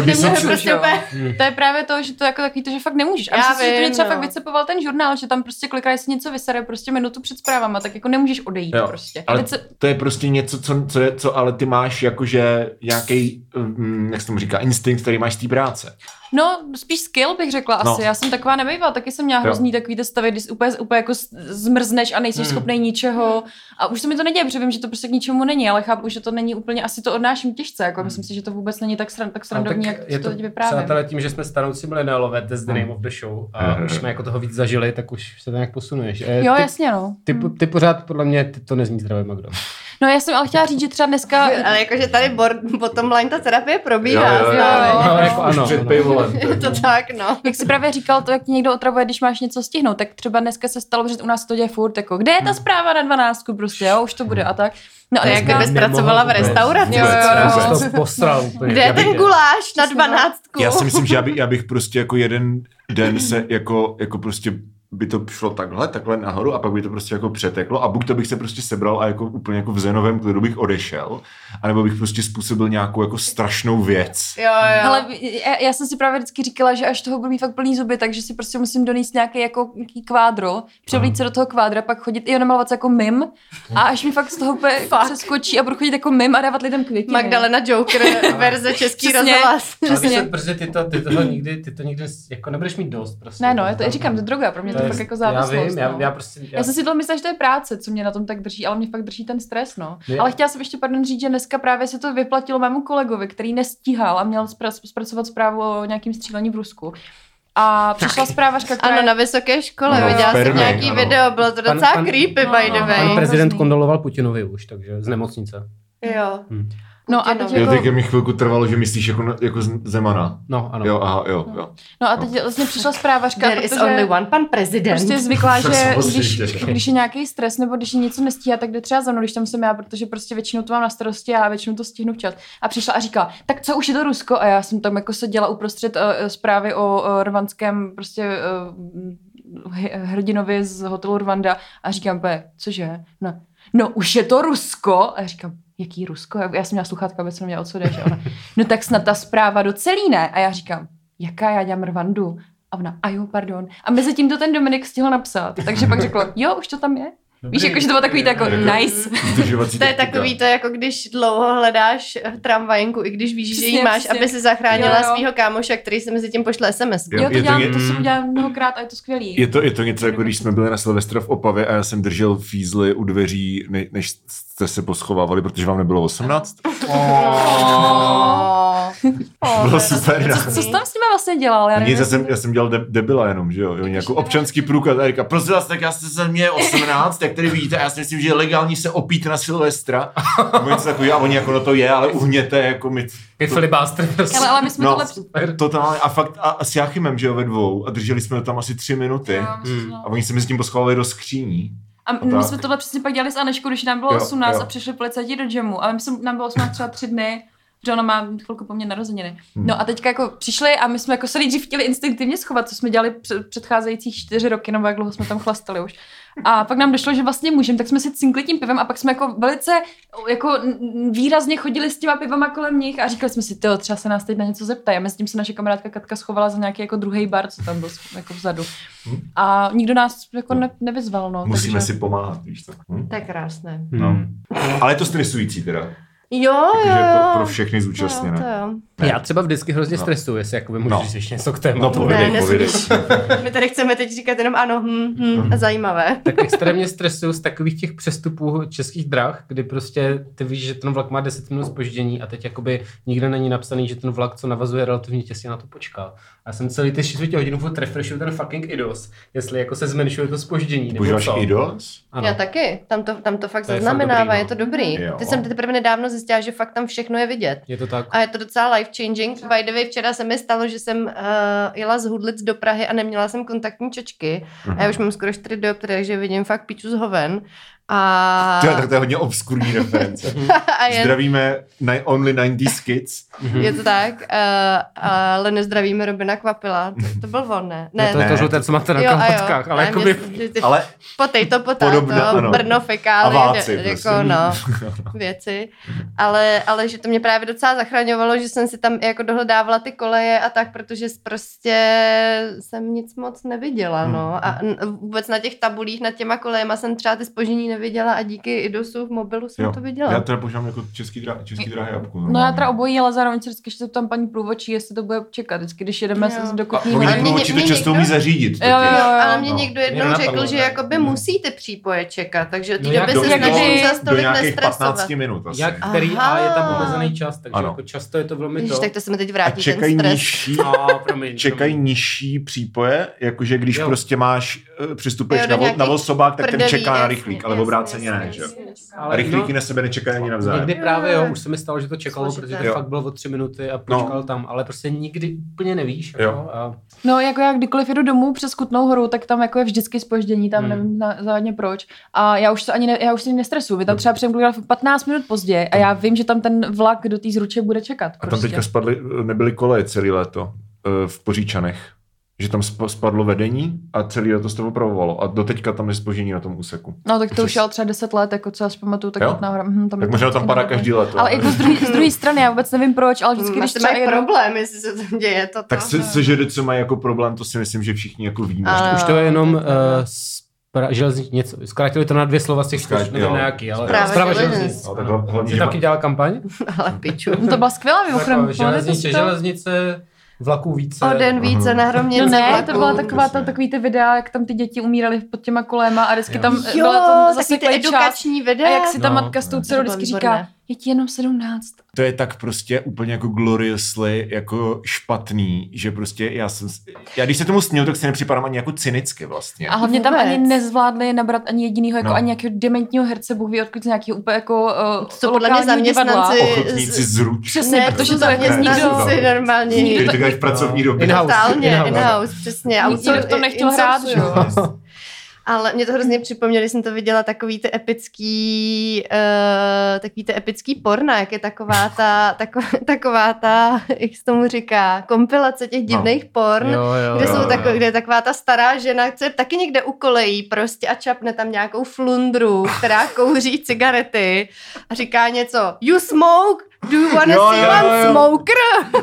to je právě to, že to jako takový to, že fakt nemůžeš. A myslím si, že to mě třeba fakt vycepoval ten žurnál, že tam prostě kolikrát si něco vysere prostě minutu před zprávama, tak jako nemůžeš odejít prostě. Ale to je prostě něco, co ale ty máš jakože nějaký, jak se tomu říká, instinkt, který máš z té práce. No, spíš skill bych řekla asi. Já jsem taková nebejvala, taky jsem měla hrozný takový ty stavy, kdy úplně jako zmrzneš a nejsi schopnej ničeho. A už se mi to neděje, protože vím, že to prostě k ničemu není, ale chápu, že to není úplně, asi to odnáším těžce, jako myslím si, že to vůbec není tak srandovní, jak to teď vyprávím. Přátelé, tím, že jsme stanoucí mileniálové, that's the name of the show a už jsme jako toho víc zažili, tak už se to nějak posunuješ. Jo, jasně, no. Ty pořád, podle mě, to nezní zdravě, Magdo. No já jsem ale chtěla říct, že třeba dneska... Ale jakože tady bottom line ta terapie probíhá. Ano. Před paywallem. To tak, no. Jak jsi právě říkal, to jak ti někdo otravuje, když máš něco stihnout, tak třeba dneska se stalo, že u nás to děje furt, jako kde je ta zpráva na 12, prostě, jo, už to bude a tak. No a jak kdyby zpracovala v restauraci. To postral úplně. Kde je ten guláš na 12? Já si myslím, že já bych prostě jako jeden den se jako prostě by to šlo takhle nahoru a pak by to prostě jako přeteklo a buď to bych se prostě sebral a jako úplně jako v zenovém klidu bych odešel, anebo bych prostě způsobil nějakou jako strašnou věc. Jo. Ale já jsem si právě vždycky říkala, že až toho budu mít fakt plný zuby, takže si prostě musím donést nějaký kvádro, převlít se do toho kvádra, pak chodit i namalovat se jako mim a až mi fakt z toho přeskočí a budu chodit jako mim a dávat lidem květiny. Magdalena Joker verze Český rozhlas. Přesně. Protože ty to nikdy jako nebudeš mít dost prostě. Ne, no, já to říkám, to je droga, pro mě to fakt jako závislost. Já jsem si to myslela, že to je práce, co mě na tom tak drží, ale mě fakt drží ten stres, no. Ale chtěla jsem ještě říct, že dneska právě se to vyplatilo mému kolegovi, který nestíhal a měl zpracovat zprávu o nějakým střílení v Rusku. A přišla zprávařka, která... Ano, na vysoké škole, viděla jsem nějaký video, bylo to docela creepy, by the way. Pan prezident kondoloval Putinovi už, takže z nemocnice. Jo. No a teď Jo, teď mi chvilku trvalo, že myslíš jako Zemana. No, ano. Jo, aha, jo. No a teď vlastně přišla zprávařka, There is only one pan prezident. prostě zvyklá, že Tak když je nějaký stres nebo když je něco nestíhá, tak jde třeba za mnou, když tam jsem já, protože prostě většinou to mám na starosti a většinou to stihnu včas. A přišla a říkala, tak co už je to Rusko? A já jsem tam jako seděla uprostřed zprávy o rwandském prostě hrdinovi z hotelu Rwanda a říkám, cože? No už je to Rusko? A já říkám, jaký Rusko? Já jsem měla sluchátka, aby jsem měla odsud, že ona. No tak snad ta zpráva docelí, ne? A já říkám, jaká, já dělám Rwandu? A ona, a jo, pardon. A mezi tím to ten Dominik stihl napsat. Takže pak řekl, jo, už to tam je. Víš, jakože to bylo takový jako nice. To je takový to, jako když dlouho hledáš tramvajenku, i když víš, že ji máš, aby si zachránila svého kámoša, který se mezi tím pošle SMS. Jo, to jsem udělala mnohokrát a je to skvělý. Je to něco, jako když jsme byli na Silvestra v Opavě a já jsem držel fízly u dveří, než jste se poschovávali, protože vám nebylo 18. Bylo super. Co jsi tam s nimi vlastně dělal? Já jsem dělal debila jenom, že jo? Jako občanský průkaz. A říká, prosím vás, tak já se mě 18, jak tady vidíte, a já si myslím, že je legální se opít na Silvestra. A oni jako, no to je, ale uhněte, jako my... Je filibáster. Ale my jsme tohle... Totálně. A fakt a s Jáchymem, že jo, ve dvou. A drželi jsme to tam asi 3 minuty. A oni se mi s tím poschovali do skříní. A my jsme tohle přesně pak dělali s Aneškou, když nám bylo 18 a přišli policajti do džemu. Ale nám bylo 18 třeba 3 dny, že ona má chvilku po mně narozeniny. No a teďka jako přišli a my jsme jako se nejdřív chtěli instinktivně schovat, co jsme dělali předcházejících 4 roky, nebo jak dlouho jsme tam chlastali už. A pak nám došlo, že vlastně můžeme, tak jsme si cinkli tím pivem a pak jsme jako velice jako výrazně chodili s těma pivama kolem nich a říkali jsme si, třeba se nás teď na něco zeptají. A mezi tím se naše kamarádka Katka schovala za nějaký jako druhý bar, co tam byl jako vzadu. A nikdo nás jako nevyzval. No, musíme si pomáhat, víš to. To je krásné. No. Ale je to stresující teda. Jo. Pro všechny zúčastněné. Já třeba vždycky hrozně stresuji, jestli jakoby můžu říct ještě něco k tématu. No povědej. My tady chceme teď říkat jenom ano, zajímavé. Tak extrémně stresuju z takových těch přestupů českých drah, kdy prostě ty víš, že ten vlak má 10 minut zpoždění a teď jakoby nikde není napsaný, že ten vlak, co navazuje relativně těsně, na to počká. A já jsem celý ty 4 hodiny furt refreshuju ten fucking IDOS, jestli jako se zmenšuje to zpoždění. Používáš IDOS? Ano. Já taky, tam to fakt zaznamenává, je to dobrý. Ty jsem teprve nedávno zjistila, že fakt tam všechno je vidět. Je to tak. A je to docela life changing. By the way, včera se mi stalo, že jsem jela z Hudlic do Prahy a neměla jsem kontaktní čočky. A já už mám skoro 4 dioptrie, takže vidím fakt piču z hoven. Tak to je hodně obskurní reference. Zdravíme Only 90s Kids. Je to tak, ale nezdravíme Robina Kvapila. To byl on, ne? To je to žluté, co máte na kalhotkách, ale jakoby... Potej to, Brno, fekály, jako věci. Ale že to mě právě docela zachraňovalo, že jsem si tam jako dohledávala ty koleje a tak, protože prostě jsem nic moc neviděla, no. A vůbec na těch tabulích nad těma kolejema jsem třeba ty zpoždění neviděla a díky IDOSu v mobilu jsem to viděla. Já teda používám jako český dráhy apku. No já teda obojí, ale zároveň se vždycky se tam paní průvodčí, jestli to bude čekat. Vždycky, když jedeme do Kutný Hory. Průvodčí to často umí zařídit. Ale mě někdo jednou řekl, že jakoby musíte přípoje čekat, takže od té doby se snažím za stolik nestresovat. 15 minut asi. Jak který a je tam omezený čas, takže jako často je to velmi to. Tak to se mi teď vrátí ten stres. Čekají nižší přípoje, jakože když prostě máš přistupuješ na osobák, tak ten čeká na rychlík, ale v obráceně ne, že? A rychlíky na sebe nečekají ani navzájem. Někdy právě jo, už se mi stalo, že to čekalo, protože to fakt bylo o 3 minuty a počkal tam, ale prostě nikdy úplně nevíš. No jako já kdykoliv jedu domů přes Kutnou Horu, tak tam jako je vždycky zpoždění, tam nevím závodně proč. A já už se nestresuju, vy tam třeba předem 15 minut později a já vím, že tam ten vlak do té Zruče bude čekat. A tam teďka nebyly koleje celý léto v Poříčanech. Že tam spadlo vedení a celý to z toho opravovalo. A doteďka tam je zpoždění na tom úseku. No tak to už je třeba 10 let, jako co já si pamatuju, tak Kutná Hora. Tak možná tam padá každý let. Ale jako z druhé strany, já vůbec nevím proč, ale vždycky, když třeba mají problém, jestli se to děje. Tak co mají jako problém, to si myslím, že všichni jako víme. Už to je jenom železniční něco. Zkrátili to na 2 slova z těch 4, nevím nějaký, ale Správa železnic. Jsi taky dělal kampaň? Ale piču. To byla skvělá mimochodem. Železnice, vlaků více. O den více na Hromědce. No ne, to byla takový ty videa, jak tam ty děti umíraly pod těma kolema a vždycky tam byla to zase ty edukační videa. A jak si ta matka s tou dcerou vždycky říká, Je ti jenom 17. To je tak prostě úplně jako gloriously jako špatný, že prostě já když se tomu směju, tak si nepřipadám ani jako cynicky vlastně. A hlavně tam ani nezvládli nabrat ani jedinýho, jako ani nějakého dementního herce, Bůh ví, odkud z nějakého úplně jako to podle mě zaměstnanci ochotníci z ruč. Přesně, protože to je zaměstnanci normálně. Když říkáš pracovní době. In-house, přesně. Nikdo v tom nechtěl hrát, že jo. Ale mě to hrozně připomnělo, když jsem to viděla, takový ty epický porna, jak je taková ta, jak se tomu říká, kompilace těch divných porn, kde je taková ta stará žena, co je taky někde u kolejí prostě a čapne tam nějakou flundru, která kouří cigarety a říká něco, you smoke? Do you wanna see one smoker?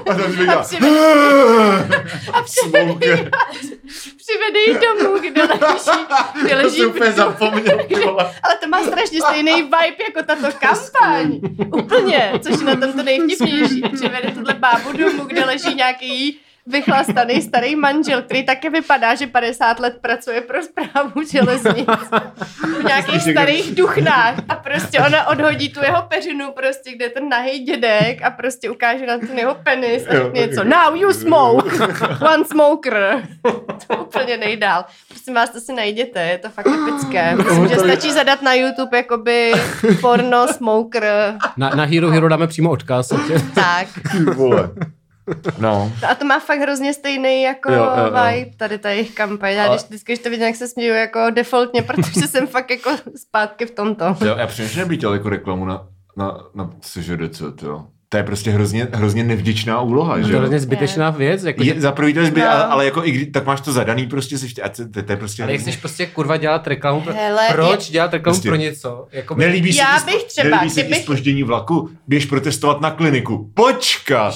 A přivede jí domů, kde leží. To úplně zapomněl. Ale to má strašně stejný vibe jako tato kampaň. Úplně, což je na tom to nejvtipnější. Přivede tuhle bábu domů, kde leží nějaký vychlastaný starý manžel, který také vypadá, že 50 let pracuje pro správu železnic. V nějakých starých duchnách. A prostě ona odhodí tu jeho peřinu, prostě, kde je ten nahej dědek a prostě ukáže na ten jeho penis a řekne něco. Now you smoke! One smoker! To úplně nejdál. Prosím vás, to si najděte, je to fakt epické. Myslím, že stačí zadat na YouTube jakoby porno smoker. Na Hero dáme přímo odkaz. Tak. Vole. No. A to má fakt hrozně stejný jako vibe, tady ta jejich kampaň. Já když to vidím, jak se směju jako defaultně, protože jsem fakt jako zpátky v tomto. Jo, já přemýšlím, bych dělal jako reklamu na CŽDC, jo. To je prostě hrozně nevděčná úloha, že jo? To je hrozně zbytečná věc. Jako za první to je ale jako tak máš to zadaný prostě, to je prostě... Ale chceš prostě kurva dělat reklamu proč dělat reklamu prostě pro něco? Jakoby... Nelíbí třeba, se ti zpoždění vlaku, běž protestovat na kliniku. Počkat!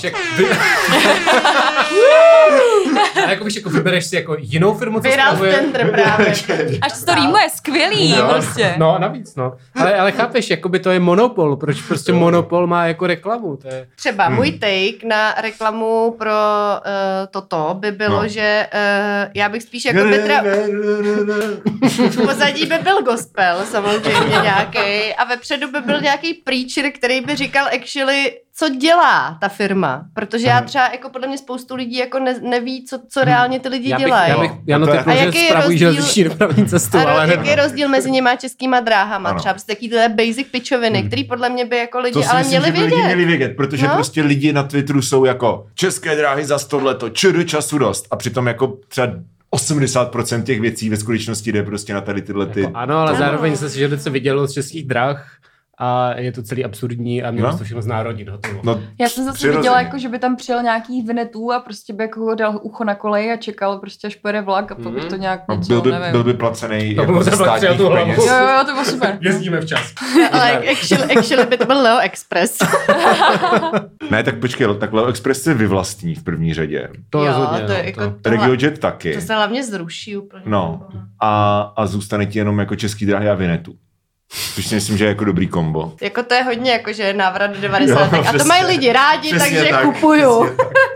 A jako víš, jako vybereš si jako jinou firmu, co spravuje... tender právě. Až to rýmuje, skvělý prostě. No, navíc, no. Ale chápeš, jakoby to je monopol. Proč prostě monopol má jako reklamu? To je... Třeba můj take na reklamu pro toto by bylo, že já bych spíš jako Petra... V pozadí by byl gospel, samozřejmě nějaký. A vepředu by byl nějaký preacher, který by říkal actually, co dělá ta firma. Protože já třeba, jako podle mě spoustu lidí jako neví, co reálně ty lidi dělají. Já že spravují železniční dopravní cestu, ale jaký je rozdíl mezi nimi a českýma dráhama? Třeba prostě takovýhle basic pičoviny, který podle mě by jako lidi ale měli vědět. Protože prostě lidi na Twitteru jsou jako České dráhy za 100 leto, času dost. A přitom jako třeba 80% těch věcí ve skutečnosti jde prostě na tady tyhle ty... Jako ano, ale zároveň se železnice vidělo z Českých drah a je to celý absurdní a mělo to všechno znárodnit. No, já jsem zase viděla, jako, že by tam přijel nějaký Vinetů a prostě by jako dal ucho na kolej a čekal prostě, až pojede vlak a pokud to nějak něco, byl by placený jako ze státních peněz. Jo, to bylo super. Jezdíme včas. Ale actually by to byl Leo Express. Ne, tak počkej, tak Leo Express se vyvlastní v první řadě. To rozhodně. RegioJet taky. To se hlavně zruší úplně. No. A zůstane ti jenom jako Český dráhy a Vinetu. Což si myslím, že je jako dobrý kombo. Jako to je hodně jako, že návrat do 90. A to mají lidi rádi, takže kupuju.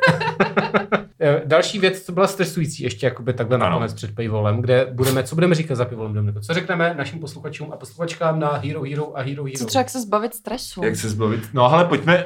Další věc, co byla stresující ještě jakoby takhle nakonec před paywallem, co budeme říkat za paywallem, Dominiku? Co řekneme našim posluchačům a posluchačkám na Hero a Hero? Co třeba jak se zbavit stresu? Jak se zbavit? No ale pojďme,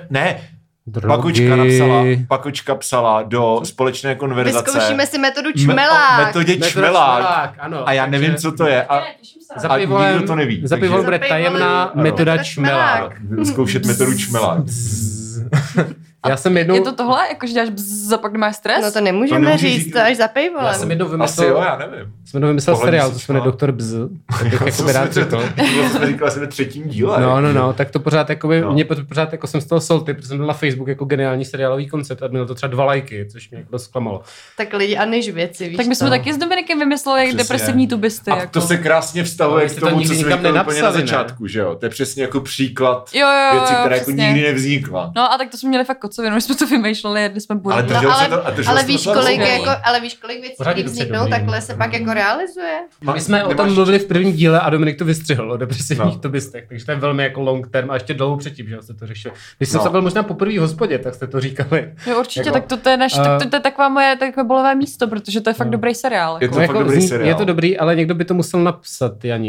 Pakočka psala do společné konverzace. Vyzkoušíme si metodu čmelák. Metodě čmelák. Ano, a já nevím, co to je. A nikdo to neví. Za pivolem bude tajemná metoda čmelák. Zkoušet metodu čmelák. Já jsem jednou... Je to tohle, jakože děláš bzz a pak nemáš stres? No to nemůžeme říct, to až za paywallem. Já jsem jednou vymyslel... Asi jo, já nevím. Jsem jednou vymyslel seriál, to se jmenuje Doktor Bzz. Tak bych jakoby rád řekl. To jsme říkali asi ve 3. díle. No, tak to pořád jakoby, mě pořád jako jsem z toho salty, protože jsem byl na Facebook jako geniální seriálový koncept a mělo to třeba 2 lajky, což mě jako zklamalo. Tak lidi a než věci, víš. Tak my jsme taky s Dominikem vymysleli depresivní tubisty. A to se krásně vztahuje k tomu, co jsme říkali úplně na začátku, že jo? To je přesně jako příklad věci, která jako nikdy nevznikla. No a tak to jsme měli fakt kocovinu, my jsme to vymýšleli, jedli jsme burger. Ale víš, kolik věcí vzniknou, takhle se pak jako realizuje. My jsme o tom mluvili v prvním díle a Dominik to vystřihl o depresivních tubistech, takže to je velmi jako long term a ještě dlouho předtím, že jste to řešili. Když jsem se byl možná poprvé v hospodě, tak jste to říkali. Jo, určitě, jako, tak to je to je takové moje takové bolové místo, protože to je fakt dobrý seriál. Je to fakt dobrý seriál. Je to dobrý, ale někdo by to musel napsat, Jani.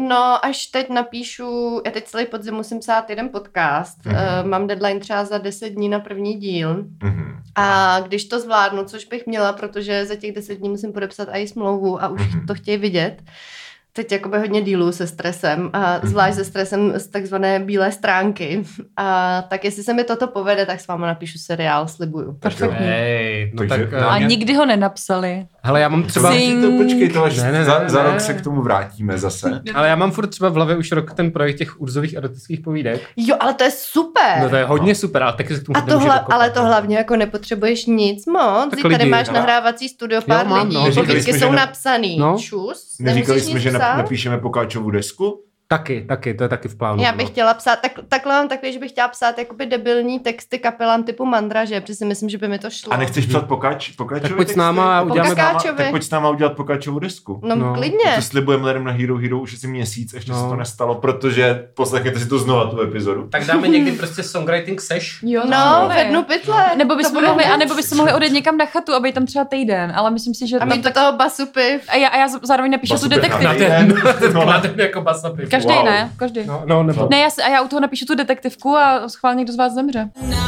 No, až teď napíšu, já teď celý podzim musím psát jeden podcast, mám deadline třeba za 10 dní na první díl a když to zvládnu, což bych měla, protože za těch 10 dní musím podepsat i smlouvu a už to chtějí vidět, teď jakoby hodně dílů se stresem a zvlášť se stresem z takzvané bílé stránky. A tak jestli se mi toto povede, tak s váma napíšu seriál, slibuju. Perfektní. No tak, a nikdy ho nenapsali. Hele, já mám třeba... Počkej, to až za rok se k tomu vrátíme zase. Ale já mám furt třeba v hlavě už rok ten projekt těch urzových erotických povídek. Jo, ale to je super. No to je hodně super, ale taky se k tomu ale to hlavně jako nepotřebuješ nic moc. Tak tady máš nahrávací studio, pár lidí, povídky jsou napsaný. Čus, neříkali jsme, že napíšeme Pokáčovu desku? Taky, to je taky v plánu. Já bych chtěla psát, takhle mám takový, že bych chtěla psát jakoby debilní texty kapelám typu Mandraže, protože si myslím, že by mi to šlo. A nechceš psát Pokáčovi tak pojď s náma a uděláme tak pojď s náma udělat Pokáčovu desku. No klidně. To slibujeme lidem na Hero Hero už asi měsíc, ještě se to nestalo, protože poslechněte si to znova tu epizodu. Tak dáme někdy prostě songwriting sesh. Jo, no, ve dnu pytle. Nebo bychom mohli odjet někam na chatu, aby tam třeba týden, ale myslím si, že a mít do toho basu piv. A já zároveň napíšu tu detektivku. Na den jako basu piv. Každý ne, každý. No, nebo. Ne, a já u toho napíšu tu detektivku a schválně někdo z vás zemře.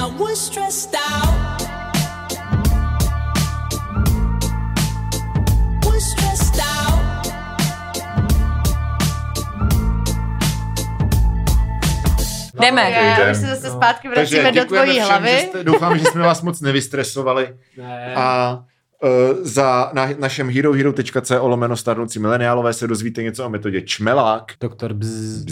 Jdeme. My se zase zpátky vracíme do tvojí hlavy. Doufám, že jsme vás moc nevystresovali. Ne. A na našem herohero.co/starnoucí mileniálové se dozvíte něco o metodě čmelák. Doktor Bzz.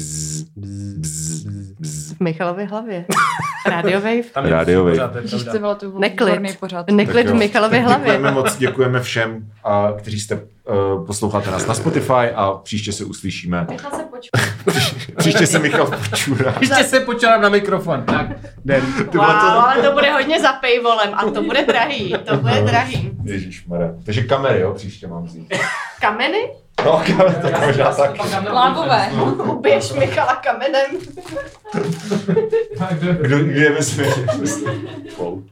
V Michalově hlavě. Radio Wave. Radio Wave. Neklid v Michalově hlavě. Děkujeme všem, kteří jste posloucháte nás na Spotify a příště se uslyšíme. Michal se počůrá. Příště se Michal počůrá. Příště se počůrám na mikrofon. Tak, den. Ale to bude hodně za paywallem a to bude drahý. Ježišmarja. Takže kamery, jo, příště mám vzít. Kameny? No, to možná tak. Lábové. Ubiješ Michala kamenem. Kdo je ve světě?